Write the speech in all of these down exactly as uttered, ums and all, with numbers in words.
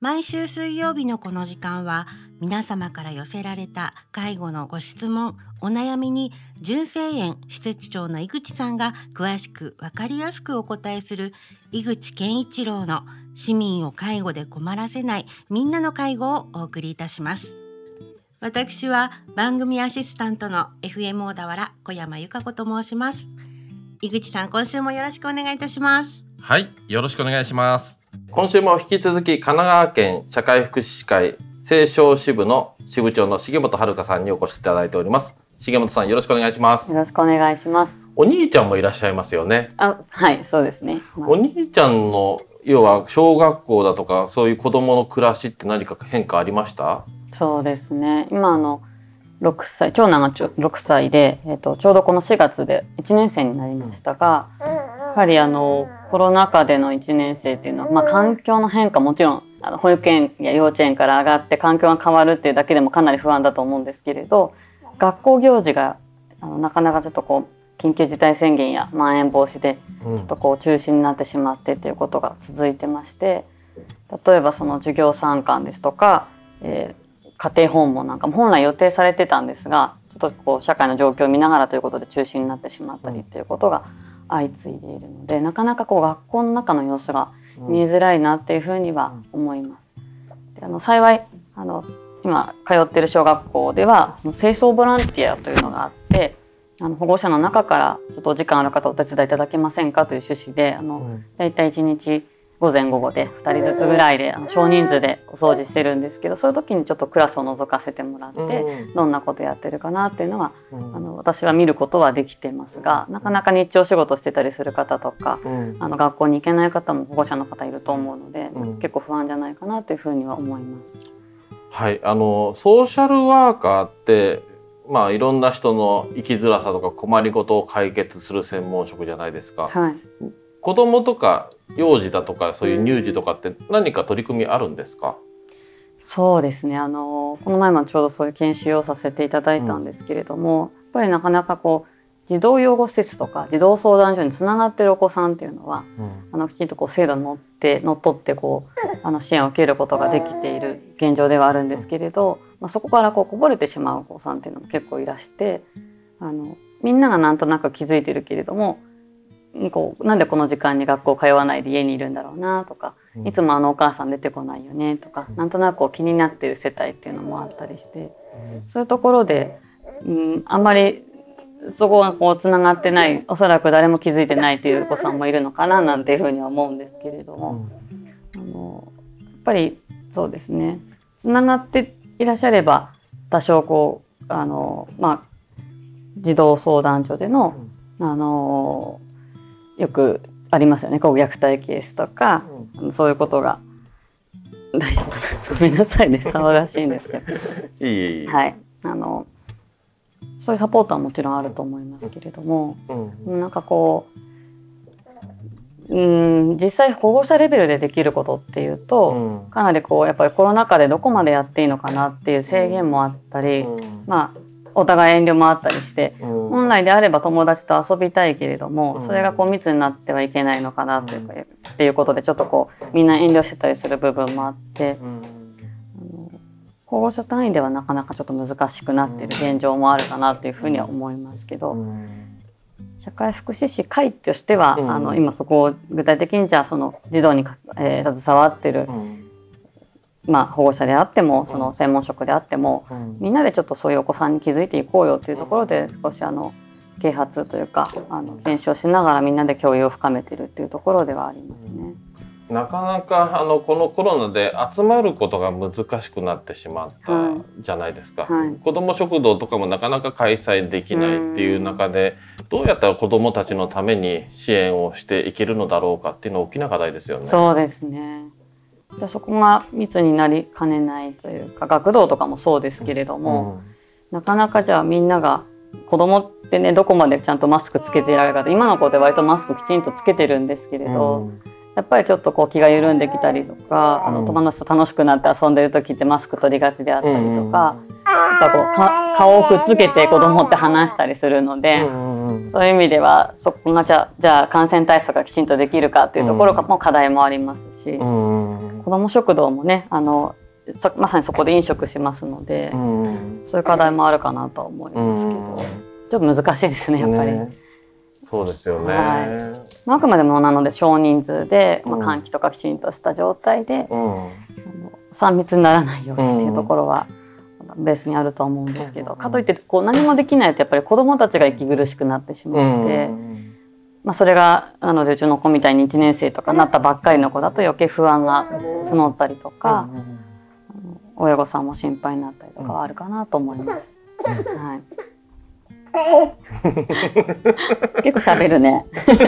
毎週水曜日のこの時間は皆様から寄せられた介護のご質問、お悩みに純正園施設長の井口さんが詳しく分かりやすくお答えする井口健一郎の市民を介護で困らせないみんなの介護をお送りいたします。私は番組アシスタントの エフエム 小田原小山由佳子と申します。井口さん、今週もよろしくお願いいたします。 はい、よろしくお願いします。今週も引き続き神奈川県社会福祉士会西湘支部の支部長の重本遥さんにお越しいただいております。重本さん、よろしくお願いします。 よろしくお願いします。 お兄ちゃんもいらっしゃいますよね。 あ、はい、そうですね。 お兄ちゃんの要は小学校だとかそういう子どもの暮らしって何か変化ありました？ そうですね。今あのろくさい、長男がちょろくさいで、えーと、ちょうどこのしがつでいちねん生になりましたが、やはりあのコロナ禍でのいちねん生っていうのは、まあ、環境の変化もちろんあの保育園や幼稚園から上がって環境が変わるっていうだけでもかなり不安だと思うんですけれど、学校行事があのなかなかちょっとこう緊急事態宣言やまん延防止でちょっとこう中止になってしまってっていうことが続いてまして、例えばその授業参観ですとか、えー家庭訪問なんかも本来予定されてたんですが、ちょっとこう社会の状況を見ながらということで中止になってしまったりということが相次いでいるので、なかなかこう学校の中の様子が見えづらいなっていうふうには思います。であの幸いあの今通っている小学校ではその清掃ボランティアというのがあって、あの保護者の中からちょっとお時間ある方お手伝いいただけませんかという趣旨で、あのだいたいいちにち午前午後でふたりずつぐらいであの少人数でお掃除してるんですけど、そういう時にちょっとクラスを覗かせてもらって、うん、どんなことやってるかなっていうのは、うん、あの私は見ることはできてますが、なかなか日中お仕事してたりする方とか、うん、あの学校に行けない方も保護者の方いると思うので、うん、結構不安じゃないかなというふうには思います。 はい、あのソーシャルワーカーってまあいろんな人の生きづらさとか困りごとを解決する専門職じゃないですか。 はい、 子供とか幼児だとかそういう乳児とかって何か取り組みあるんですか？ そうですね、あのこの前もちょうどそういう研修をさせていただいたんですけれども、うん、やっぱりなかなかこう児童養護施設とか児童相談所につながっているお子さんっていうのは、うん、あのきちんとこう制度に乗って乗っ取ってこうあの支援を受けることができている現状ではあるんですけれど、まあ、そこからこうこぼれてしまうお子さんっていうのも結構いらして、あのみんながなんとなく気づいているけれども、こうなんでこの時間に学校通わないで家にいるんだろうなとか、うん、いつもあのお母さん出てこないよねとか、うん、なんとなくこう気になっている世帯っていうのもあったりして、うん、そういうところで、うん、あんまりそこがこうつながってない、おそらく誰も気づいてないというお子さんもいるのかななんていうふうには思うんですけれども、うん、あのやっぱりそうですね、つながっていらっしゃれば多少こうあの、まあ、児童相談所での、うん、あのよくありますよね、こう虐待ケースとか、うん、そういうことが大丈夫かな、ごめんなさいね、騒がしいんですけどいいいい、 はい、あのそういうサポートはもちろんあると思いますけれども、うん、なんかこう、うん、実際保護者レベルでできることっていうと、うん、かなりこうやっぱりコロナ禍でどこまでやっていいのかなっていう制限もあったり、うん、まあお互い遠慮もあったりして、うん、本来であれば友達と遊びたいけれども、うん、それがこう密になってはいけないのかなというか、うん、っていうことでちょっとこうみんな遠慮してたりする部分もあって、うん、あの保護者単位ではなかなかちょっと難しくなっている現状もあるかなというふうには思いますけど、うん、社会福祉士会としては、うん、あの今そこを具体的にじゃあその児童に、えー、携わっている、うんまあ、保護者であってもその専門職であっても、うん、みんなでちょっとそういうお子さんに気づいていこうよというところで少しあの啓発というかあの検証しながらみんなで共有を深めているというところではありますね。 なかなかあのこのコロナで集まることが難しくなってしまったじゃないですか、はいはい、子ども食堂とかもなかなか開催できないっていう中で、どうやったら子どもたちのために支援をしていけるのだろうかっていうのは大きな課題ですよね。 そうですね、そこが密になりかねないというか、学童とかもそうですけれども、うん、なかなかじゃあみんなが子供ってねどこまでちゃんとマスクつけていられるかと、今の子で割とマスクきちんとつけてるんですけれど、うん、やっぱりちょっとこう気が緩んできたりとか、あの友達と楽しくなって遊んでる時ってマスク取りがちであったりとか、うん、やっぱこうか顔をくっつけて子供って話したりするので、うん、そういう意味ではそこがじゃあ、じゃあ感染対策がきちんとできるかっていうところも課題もありますし、うん子ども食堂もねあのまさにそこで飲食しますので、うん、そういう課題もあるかなとは思いますけど、うん、ちょっと難しいですねやっぱり、ね、 そうですよね、 はい、あくまでもなので少人数で、まあ、換気とかきちんとした状態で、うん、あのさん密にならないようにっていうところはベースにあると思うんですけど、うん、かといってこう何もできないとやっぱり子どもたちが息苦しくなってしまって、うん、まあ、それがなのでうちの子みたいにいちねん生とかなったばっかりの子だと余計不安が募ったりとか、うん、親御さんも心配になったりとかはあるかなと思います。うん、はい、結構喋るね。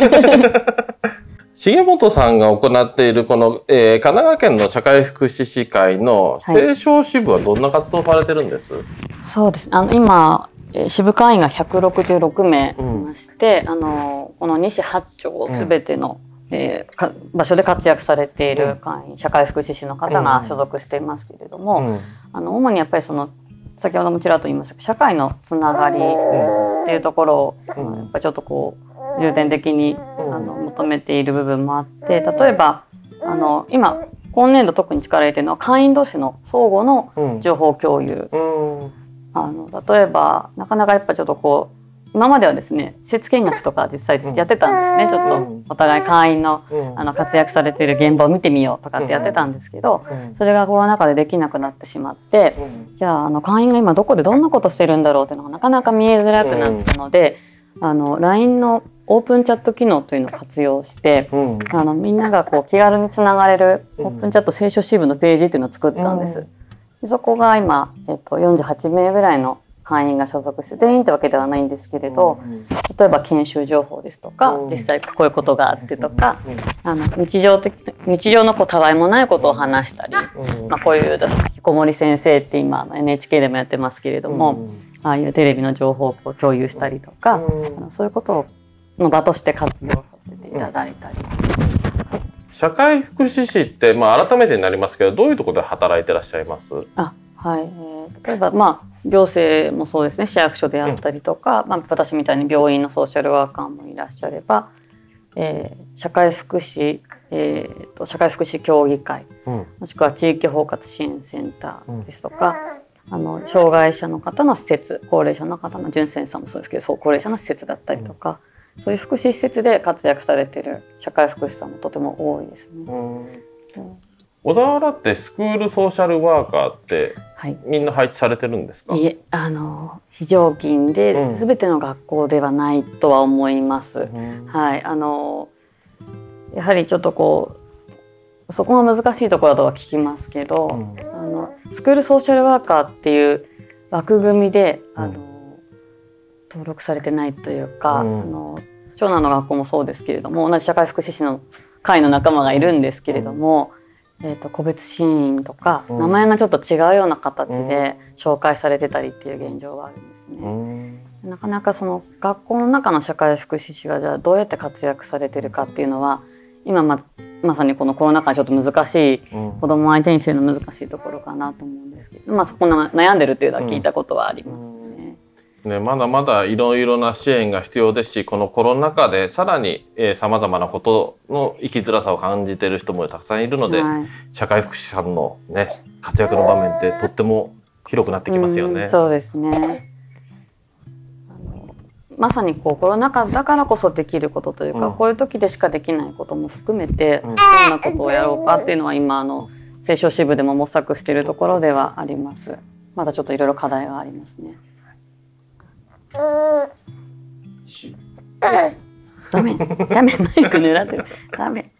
重本さんが行っているこの、えー、神奈川県の社会福祉士会の青少支部はどんな活動をされてるんです？はい、 そうですね、あの今支部会員がひゃくろくじゅうろくめいいまして、うん、あのこの西はっ町すべての、うん、えー、か場所で活躍されている会員、うん、社会福祉士の方が所属していますけれども、うん、あの主にやっぱりその先ほどもちらっと言いましたけど社会のつながりっていうところを、うん、やっぱりちょっとこう重点的に、うん、あの求めている部分もあって、例えばあの今今年度特に力入れているのは会員同士の相互の情報共有、うんうん、あの例えばなかなかやっぱちょっとこう今まではですね施設見学とか実際やってたんですね、うん、ちょっとお互い会員 の,、うん、あの活躍されている現場を見てみようとかってやってたんですけど、うん、それがコロナ禍でできなくなってしまって、うん、じゃあ、あの会員が今どこでどんなことしてるんだろうっていうのがなかなか見えづらくなったので、うん、あの ライン のオープンチャット機能というのを活用して、うん、あのみんながこう気軽につながれるオープンチャット青少支部のページっていうのを作ったんです。うん、でそこが今、えっと、よんじゅうはちめいぐらいの会員が所属して全員ってわけではないんですけれど、うん、例えば研修情報ですとか、うん、実際こういうことがあってとか、うん、あの日常的日常のこうたわいもないことを話したり、うん、まあ、こういう引きこもり先生って今 エヌエイチケー でもやってますけれども、うん、ああいうテレビの情報を共有したりとか、うん、あのそういうことの場として活用させていただいたり、うん、 社会福祉士って、まあ、改めてになりますけどどういうところで働いてらっしゃいます？ あ、はい、えー、例えばまあ行政もそうですね、市役所であったりとか、うん、まあ、私みたいに病院のソーシャルワーカーもいらっしゃれば、えー、社会福祉、えー、と社会福祉協議会、うん、もしくは地域包括支援センターですとか、うん、あの障害者の方の施設、高齢者の方の純センさんもそうですけど、そう高齢者の施設だったりとか、うん、そういう福祉施設で活躍されている社会福祉士さんもとても多いですね。うん、うん、 小田原ってスクールソーシャルワーカーって、はい、みんな配置されてるんですか？ いえ、あの非常勤で、うん、全ての学校ではないとは思います。うん、はい、あのやはりちょっとこうそこが難しいところだとは聞きますけど、うん、あのスクールソーシャルワーカーっていう枠組みであの、うん、登録されてないというか、うん、あの長男の学校もそうですけれども同じ社会福祉士の会の仲間がいるんですけれども、うん、えーと、個別支援員とか、うん、名前がちょっと違うような形で紹介されてたりっていう現状があるんですね。うん、なかなかその学校の中の社会福祉士がじゃあどうやって活躍されてるかっていうのは今 ま, まさにこのコロナ禍でちょっと難しい、うん、子ども相手にするの難しいところかなと思うんですけど、まあ、そこの悩んでるっていうのは聞いたことはありますね。 うんね、まだまだいろいろな支援が必要ですし、このコロナ禍でさらにさまざまなことの生きづらさを感じている人もたくさんいるので、はい、社会福祉士さんの、ね、活躍の場面ってとっても広くなってきますよね。 うん、そうですね。まさにこうコロナ禍だからこそできることというか、うん、こういう時でしかできないことも含めて、うん、どんなことをやろうかっていうのは今あの青少支部でも模索しているところではあります。まだちょっといろいろ課題がありますね。ダメダメマイク狙ってるダメ。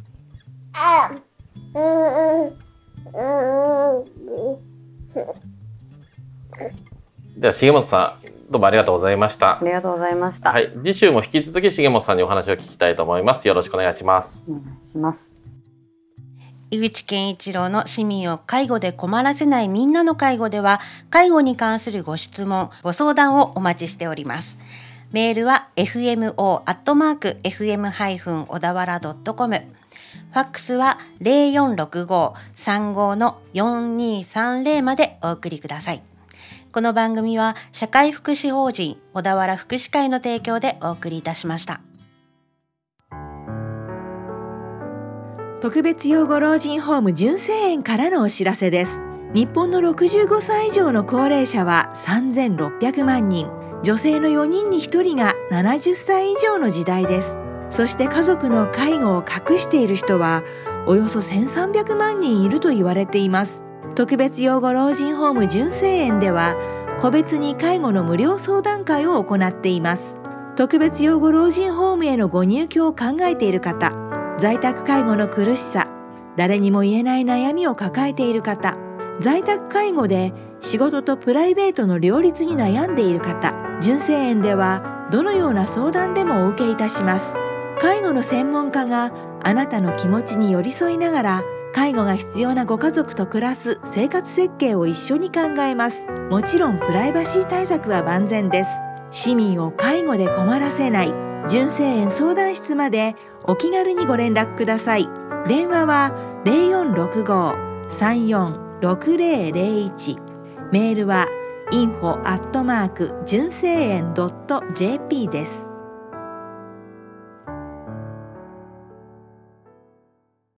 では重本さんどうもありがとうございました。 ありがとうございました。 はい、次週も引き続き重本さんにお話を聞きたいと思います。よろしくお願いします。 お願いします。 井口健一郎の市民を介護で困らせないみんなの介護では、介護に関するご質問ご相談をお待ちしております。メールは エフエムオー アットマーク エフエム 小田原 ドットコム、 ファックスは ゼロよんろくご さんご のよんにさんゼロまでお送りください。この番組は社会福祉法人小田原福祉会の提供でお送りいたしました。 特別養護老人ホーム純正園からのお知らせです。日本のろくじゅうごさい以上の高齢者はさんぜんろっぴゃくまんにん、女性のよにんにひとりがななじゅっさい以上の時代です。そして家族の介護を隠している人はおよそせんさんびゃくまんにんいると言われています。特別養護老人ホーム純正園では個別に介護の無料相談会を行っています。特別養護老人ホームへのご入居を考えている方、在宅介護の苦しさ、誰にも言えない悩みを抱えている方、在宅介護で仕事とプライベートの両立に悩んでいる方、純正園ではどのような相談でもお受けいたします。介護の専門家があなたの気持ちに寄り添いながら、介護が必要なご家族と暮らす生活設計を一緒に考えます。もちろんプライバシー対策は万全です。市民を介護で困らせない純正園相談室までお気軽にご連絡ください。電話は ゼロよんろくご さんよんろくゼロゼロいち、メールは インフォ アットマーク 純正園 ドット ジェーピー です。